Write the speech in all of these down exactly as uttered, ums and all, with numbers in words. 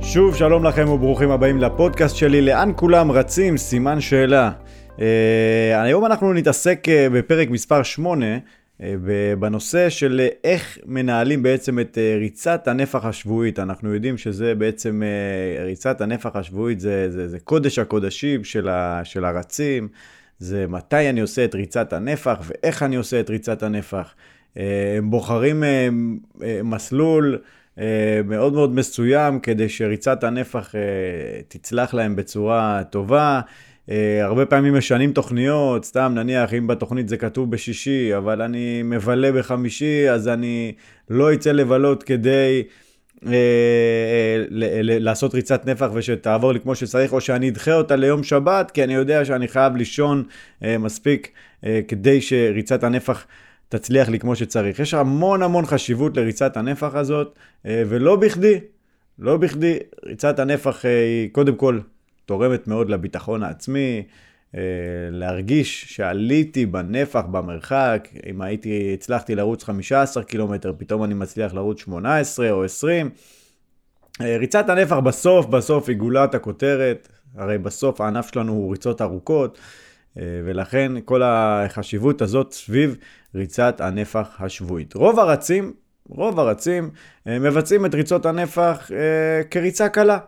שוב שלום לכם וברוכים הבאים לפודקאסט שלי, לאן כולם רצים? סימן שאלה. Uh, היום אנחנו נתעסק uh, בפרק מספר שמונה uh, בנושא של איך מנהלים בעצם את uh, ריצת הנפח השבועית. אנחנו יודעים שזה בעצם uh, ריצת הנפח השבועית, זה, זה, זה קודש הקודשים של, ה, של הרצים, זה מתי אני עושה את ריצת הנפח ואיך אני עושה את ריצת הנפח. Uh, הם בוחרים uh, uh, מסלול uh, מאוד מאוד מסוים כדי שריצת הנפח uh, תצלח להם בצורה טובה. Uh, הרבה פעמים משנים תוכניות, סתם נניח אם בתוכנית זה כתוב בשישי, אבל אני מבלה בחמישי, אז אני לא אצא לבלות כדי uh, uh, ל- ל- לעשות ריצת נפח ושתעבור לי כמו שצריך, או שאני אדחה אותה ליום שבת, כי אני יודע שאני חייב לישון uh, מספיק uh, כדי שריצת הנפח תצליח לי כמו שצריך. יש המון המון חשיבות לריצת הנפח הזאת, uh, ולא בכדי, לא בכדי, ריצת הנפח uh, היא קודם כל תורמת מאוד לביטחון העצמי, להרגיש שעליתי בנפח, במרחק. אם הייתי, הצלחתי לרוץ חמישה עשר קילומטר, פתאום אני מצליח לרוץ שמונה עשרה או עשרים. ריצת הנפח בסוף, בסוף היא גולת הכותרת, הרי בסוף הענף שלנו הוא ריצות ארוכות, ולכן כל החשיבות הזאת סביב ריצת הנפח השבועית. רוב הרצים, רוב הרצים מבצעים את ריצות הנפח כריצה קלה.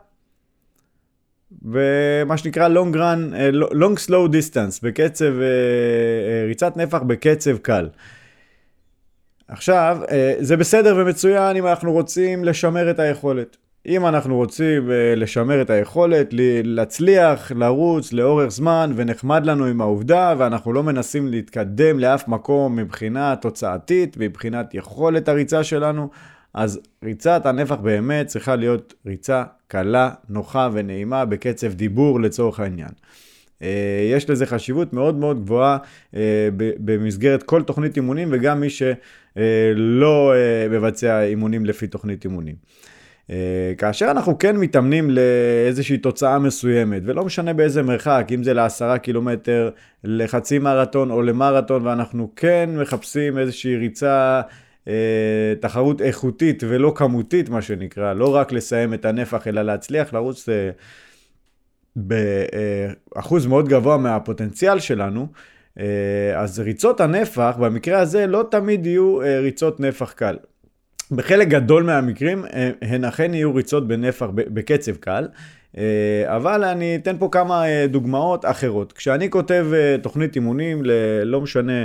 ומה שנקרא long run, long slow distance, בקצב, ריצת נפח בקצב קל. עכשיו, זה בסדר ומצוין אם אנחנו רוצים לשמר את היכולת. אם אנחנו רוצים לשמר את היכולת, להצליח, לרוץ לאורך זמן, ונחמד לנו עם העובדה, ואנחנו לא מנסים להתקדם לאף מקום מבחינה תוצאתית, מבחינת יכולת הריצה שלנו, אז ריצת הנפח באמת צריכה להיות ריצה קלה, נוחה ונעימה בקצב דיבור לצורך העניין. יש לזה חשיבות מאוד מאוד גבוהה במסגרת כל תוכנית אימונים, וגם מי שלא מבצע אימונים לפי תוכנית אימונים. כאשר אנחנו כן מתאמנים לאיזושהי תוצאה מסוימת, ולא משנה באיזה מרחק, אם זה לעשרה קילומטר, לחצי מרתון או למרתון, ואנחנו כן מחפשים איזושהי ריצה תחרות איכותית ולא כמותית, מה שנקרא, לא רק לסיים את הנפח אלא להצליח לרוץ באחוז מאוד גבוה מהפוטנציאל שלנו, אז ריצות הנפח במקרה הזה לא תמיד יהיו ריצות נפח קל. בחלק גדול מהמקרים הן אכן יהיו ריצות בנפח בקצב קל, אבל אני אתן פה כמה דוגמאות אחרות. כשאני כותב תוכנית אימונים, לא משנה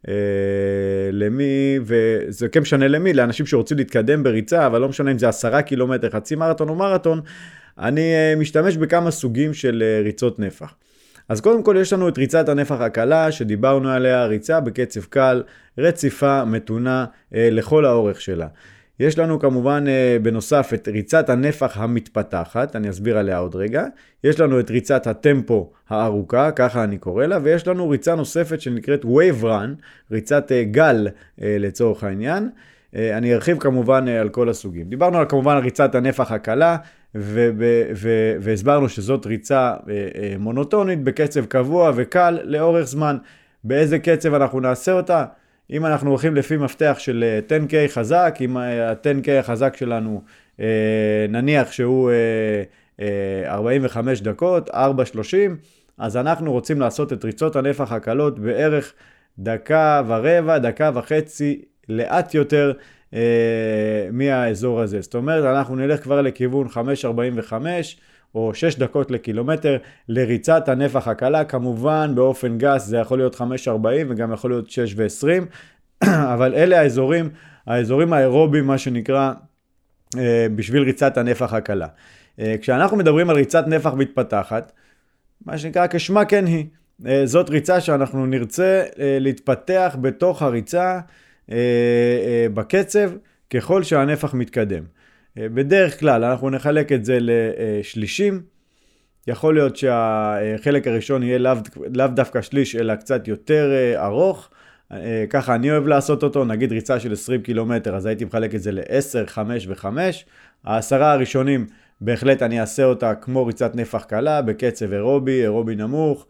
למי, וזה כן משנה למי, לאנשים שרוצים להתקדם בריצה, אבל לא משנה אם זה עשרה קילומטר, חצי מרתון או מרתון, אני משתמש בכמה סוגים של ריצות נפח. אז קודם כל יש לנו את ריצת הנפח הקלה, שדיברנו עליה, ריצה בקצב קל, רציפה, מתונה, לכל האורך שלה. יש לנו כמובן בנוסף את ריצת הנפח המתפתחת, אני אסביר עליה עוד רגע. יש לנו את ריצת הטמפו הארוכה, ככה אני קורא לה, ויש לנו ריצה נוספת שנקראת wave run, ריצת גל לצורך העניין. אני ארחיב כמובן על כל הסוגים. דיברנו על כמובן ריצת הנפח הקלה, והסברנו שזאת ריצה מונוטונית בקצב קבוע וקל לאורך זמן. באיזה קצב אנחנו נעשה אותה? אם אנחנו הולכים לפי מפתח של עשר קיי חזק, אם ה-עשר קיי החזק שלנו נניח שהוא ארבעים וחמש דקות, ארבע שלושים, אז אנחנו רוצים לעשות את ריצות הנפח הקלות בערך דקה ורבע, דקה וחצי, לאט יותר מהאזור הזה. זאת אומרת, אנחנו נלך כבר לכיוון חמש ארבעים וחמש או שש דקות לקילומטר לריצת הנפח הקלה. כמובן באופן גס זה יכול להיות חמש ארבעים וגם יכול להיות שש עשרים, אבל אלה האזורים, האזורים האירוביים מה שנקרא בשביל ריצת הנפח הקלה. כשאנחנו מדברים על ריצת נפח מתפתחת, מה שנקרא כשמה כן היא, זאת ריצה שאנחנו נרצה להתפתח בתוך הריצה בקצב ככל שהנפח מתקדם. בדרך כלל אנחנו נחלק את זה לשלישים, יכול להיות שהחלק הראשון יהיה לאו, לאו דווקא שליש אלא קצת יותר ארוך, ככה אני אוהב לעשות אותו, נגיד ריצה של עשרים קילומטר, אז הייתי מחלק את זה ל-עשר, חמש וחמש, העשרה הראשונים בהחלט אני אעשה אותה כמו ריצת נפח קלה, בקצב אירובי, אירובי נמוך,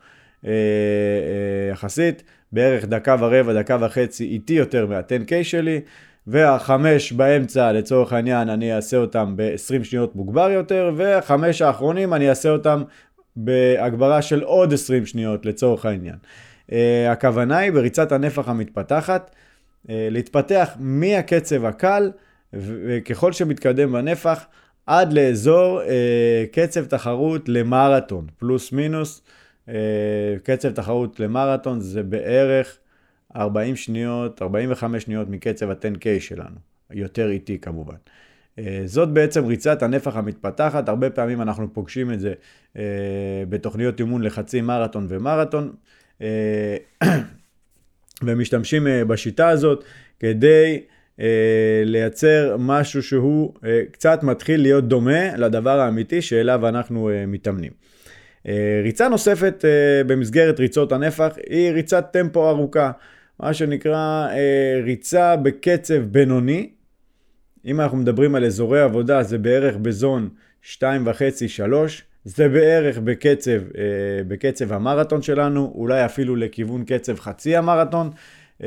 יחסית, בערך דקה ורבע, דקה וחצי איטי יותר מה-עשר קיי שלי, והחמש באמצע לצורך העניין אני אעשה אותם ב-עשרים שניות מוגבר יותר, והחמש האחרונים אני אעשה אותם בהגברה של עוד עשרים שניות לצורך העניין. Uh, הכוונה היא בריצת הנפח המתפתחת, uh, להתפתח מהקצב הקל, וככל שמתקדם בנפח, עד לאזור uh, קצב תחרות למרתון, פלוס מינוס, uh, קצב תחרות למרתון זה בערך ארבעים שניות, ארבעים וחמש שניות מקצב ה-עשר קיי שלנו, יותר איטי כמובן. Uh, זאת בעצם ריצת הנפח המתפתחת, הרבה פעמים אנחנו פוגשים את זה uh, בתוכניות אימון לחצי מרתון ומרתון, uh, ומשתמשים uh, בשיטה הזאת כדי uh, לייצר משהו שהוא uh, קצת מתחיל להיות דומה לדבר האמיתי שאליו אנחנו uh, מתאמנים. Uh, ריצה נוספת uh, במסגרת ריצות הנפח היא ריצת טמפו ארוכה, מה שנקרא uh, ריצה בקצב בינוני. אם אנחנו מדברים על אזורי עבודה, זה בערך בזון שתיים וחצי שלוש, זה בערך בקצב, אה, בקצב המרתון שלנו, אולי אפילו לכיוון קצב חצי המרתון, אה,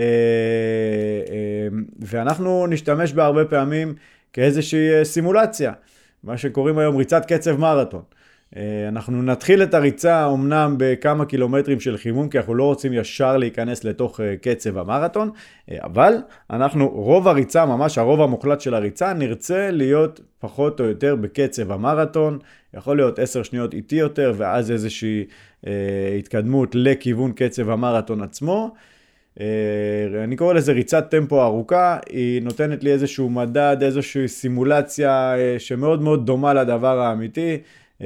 אה, ואנחנו נשתמש בה הרבה פעמים כאיזושהי סימולציה, מה שקוראים היום ריצת קצב מרתון. אנחנו נתחיל את הריצה אמנם בכמה קילומטרים של חימום, כי אנחנו לא רוצים ישר להיכנס לתוך קצב המרתון, אבל אנחנו רוב הריצה, ממש הרוב המוחלט של הריצה, נרצה להיות פחות או יותר בקצב המרתון, יכול להיות עשר שניות איטי יותר, ואז איזושהי אה, התקדמות לכיוון קצב המרתון עצמו. אה, אני קורא לזה ריצת טמפו ארוכה, היא נותנת לי איזשהו מדד, איזושהי סימולציה אה, שמאוד מאוד דומה לדבר האמיתי,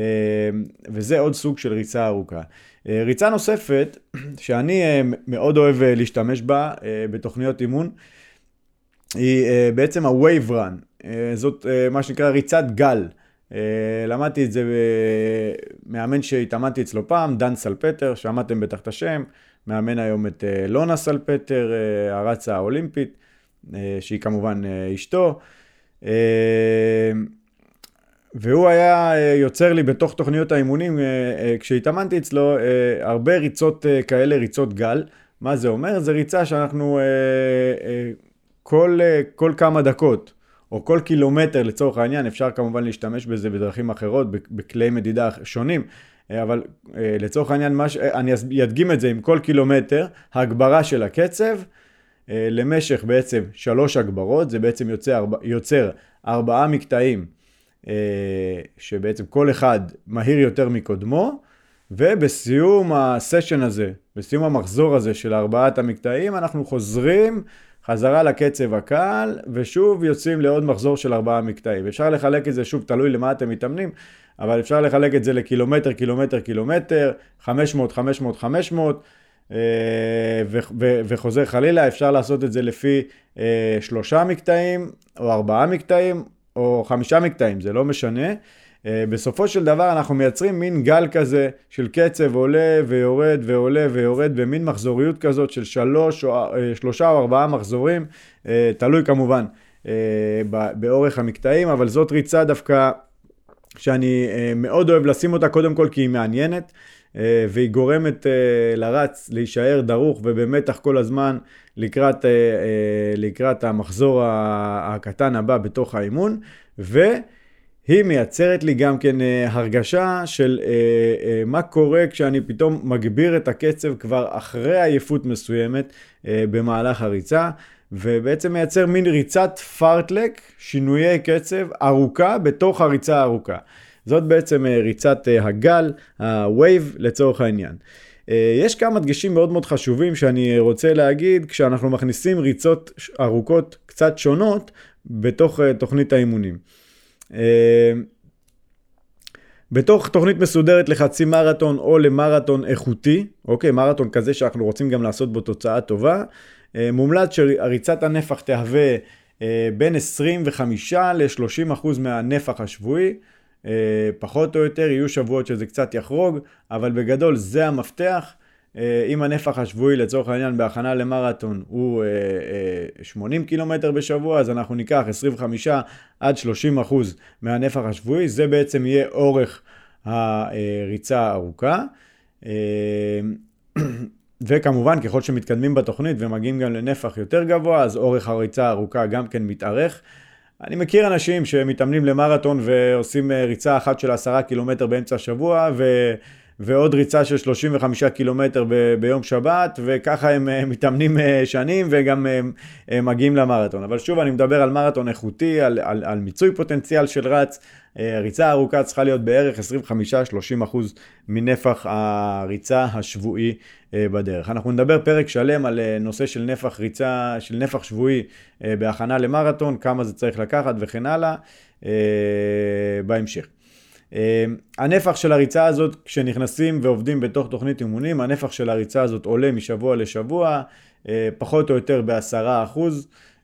וזה עוד סוג של ריצה ארוכה. ריצה נוספת שאני מאוד אוהב להשתמש בה בתוכניות אימון היא בעצם ה-Wave Run. זאת מה שנקרא ריצת גל. למדתי את זה במאמן שהתאמנתי אצלו פעם, דן סלפטר, שמעתם בטח את השם, מאמן היום את לונה סלפטר, הרצה האולימפית, שהיא כמובן אשתו. והוא היה יוצר לי בתוך תוכניות האימונים, כשהתאמנתי אצלו, הרבה ריצות כאלה, ריצות גל. מה זה אומר? זה ריצה שאנחנו כל, כל כמה דקות, או כל קילומטר לצורך העניין, אפשר כמובן להשתמש בזה בדרכים אחרות, בכלי מדידה שונים, אבל לצורך העניין, אני אדגים את זה עם כל קילומטר, הגברה של הקצב, למשך בעצם שלוש הגברות, זה בעצם יוצר, יוצר ארבעה מקטעים, שבעצם כל אחד מהיר יותר מקודמו, ובסיום הסשן הזה, בסיום המחזור הזה של ארבעת המקטעים, אנחנו חוזרים חזרה לקצב הקל, ושוב יוצאים לעוד מחזור של ארבעה מקטעים. אפשר לחלק את זה, שוב תלוי למה אתם מתאמנים, אבל אפשר לחלק את זה לקילומטר, קילומטר, קילומטר, חמש מאות, חמש מאות, חמש מאות, וחוזר חלילה. אפשר לעשות את זה לפי שלושה מקטעים, או ארבעה מקטעים, או חמישה מקטעים, זה לא משנה. בסופו של דבר אנחנו מייצרים מין גל כזה של קצב עולה ויורד ועולה ויורד, במין מחזוריות כזאת של שלוש או שלושה או ארבעה מחזורים, תלוי כמובן באורך המקטעים, אבל זאת ריצה דווקא שאני מאוד אוהב לשים אותה קודם כל כי היא מעניינת, והיא גורמת לרץ להישאר דרוך ובמתח כל הזמן לקראת, לקראת המחזור הקטן הבא בתוך האימון, והיא מייצרת לי גם כן הרגשה של מה קורה כשאני פתאום מגביר את הקצב כבר אחרי עייפות מסוימת במהלך הריצה, ובעצם מייצר מין ריצת פארטלק, שינויי קצב ארוכה בתוך הריצה הארוכה. זאת בעצם ריצת הגל, ה-Wave לצורך העניין. יש כמה דגשים מאוד מאוד חשובים שאני רוצה להגיד כשאנחנו מכניסים ריצות ארוכות קצת שונות בתוך תוכנית האימונים. בתוך תוכנית מסודרת לחצי מרתון או למרתון איכותי, אוקיי, מרתון כזה שאנחנו רוצים גם לעשות בו תוצאה טובה, מומלץ שריצת הנפח תהווה בין עשרים וחמישה ל-שלושים אחוז מהנפח השבועי, פחות או יותר, יהיו שבועות שזה קצת יחרוג, אבל בגדול זה המפתח. אם הנפח השבועי לצורך העניין בהכנה למרתון הוא שמונים קילומטר בשבוע, אז אנחנו ניקח עשרים וחמישה עד שלושים אחוז מהנפח השבועי, זה בעצם יהיה אורך הריצה הארוכה. וכמובן, ככל שמתקדמים בתוכנית ומגיעים גם לנפח יותר גבוה, אז אורך הריצה הארוכה גם כן מתארך. אני מכיר אנשים שמתאמנים למרתון ועושים ריצה אחת של עשרה קילומטר באמצע השבוע, ו... ועוד ריצה של שלושים וחמישה קילומטר ב... ביום שבת, וככה הם מתאמנים שנים וגם מגיעים למרתון. אבל שוב, אני מדבר על מרתון איכותי, על, על, על מיצוי פוטנציאל של רץ. הריצה הארוכה צריכה להיות בערך עשרים וחמישה עד שלושים אחוז מנפח הריצה השבועי בדרך. אנחנו נדבר פרק שלם על נושא של נפח ריצה, של נפח שבועי בהכנה למרתון, כמה זה צריך לקחת וכן הלאה בהמשך. הנפח של הריצה הזאת, כשנכנסים ועובדים בתוך תוכנית אימונים, הנפח של הריצה הזאת עולה משבוע לשבוע, פחות או יותר בעשרה אחוז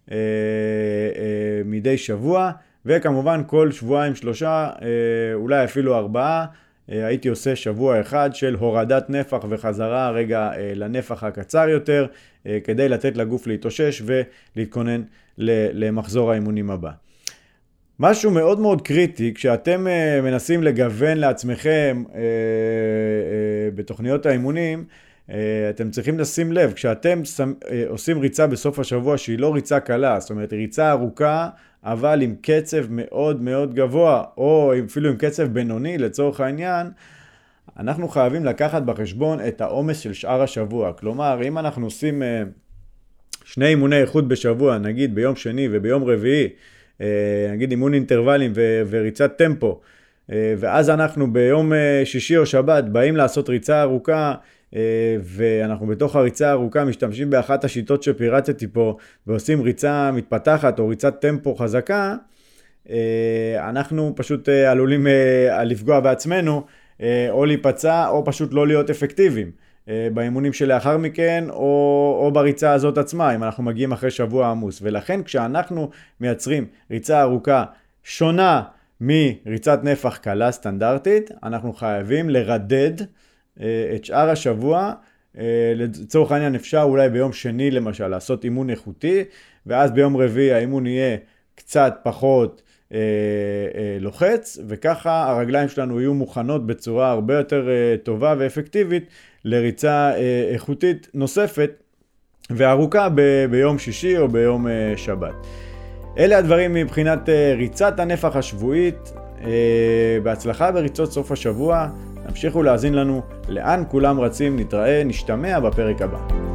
מדי שבוע, וכמובן כל שבועיים שלושה, אולי אפילו ארבעה, הייתי עושה שבוע אחד של הורדת נפח וחזרה רגע לנפח הקצר יותר, כדי לתת לגוף להתאושש ולהתכונן למחזור האימונים הבא. משהו מאוד מאוד קריטי, כשאתם מנסים לגוון לעצמכם בתוכניות האימונים, אתם צריכים לשים לב, כשאתם עושים ריצה בסוף השבוע שהיא לא ריצה קלה, זאת אומרת ריצה ארוכה, אבל עם קצב מאוד מאוד גבוה, או אפילו עם קצב בינוני לצורך העניין, אנחנו חייבים לקחת בחשבון את העומס של שאר השבוע. כלומר, אם אנחנו עושים שני אימוני איכות בשבוע, נגיד ביום שני וביום רביעי, נגיד אימון אינטרוולים ו- וריצת טמפו, ואז אנחנו ביום שישי או שבת באים לעשות ריצה ארוכה, ואנחנו בתוך הריצה הארוכה משתמשים באחת השיטות שפירטתי פה, ועושים ריצה מתפתחת או ריצת טמפו חזקה, אנחנו פשוט עלולים לפגוע בעצמנו, או להיפצע, או פשוט לא להיות אפקטיביים באימונים שלאחר מכן, או, או בריצה הזאת עצמה, אם אנחנו מגיעים אחרי שבוע עמוס. ולכן כשאנחנו מייצרים ריצה ארוכה שונה מריצת נפח קלה סטנדרטית, אנחנו חייבים לרדד את שאר השבוע. לצורך העניין אפשר אולי ביום שני למשל לעשות אימון איכותי, ואז ביום רביעי האימון יהיה קצת פחות אה, אה, לוחץ, וככה הרגליים שלנו יהיו מוכנות בצורה הרבה יותר אה, טובה ואפקטיבית לריצה אה, איכותית נוספת וארוכה ב- ביום שישי או ביום אה, שבת. אלה הדברים מבחינת אה, ריצת הנפח השבועית. אה, בהצלחה בריצות סוף השבוע. המשיכו להאזין לנו לאן כולם רצים. נתראה, נשתמע בפרק הבא.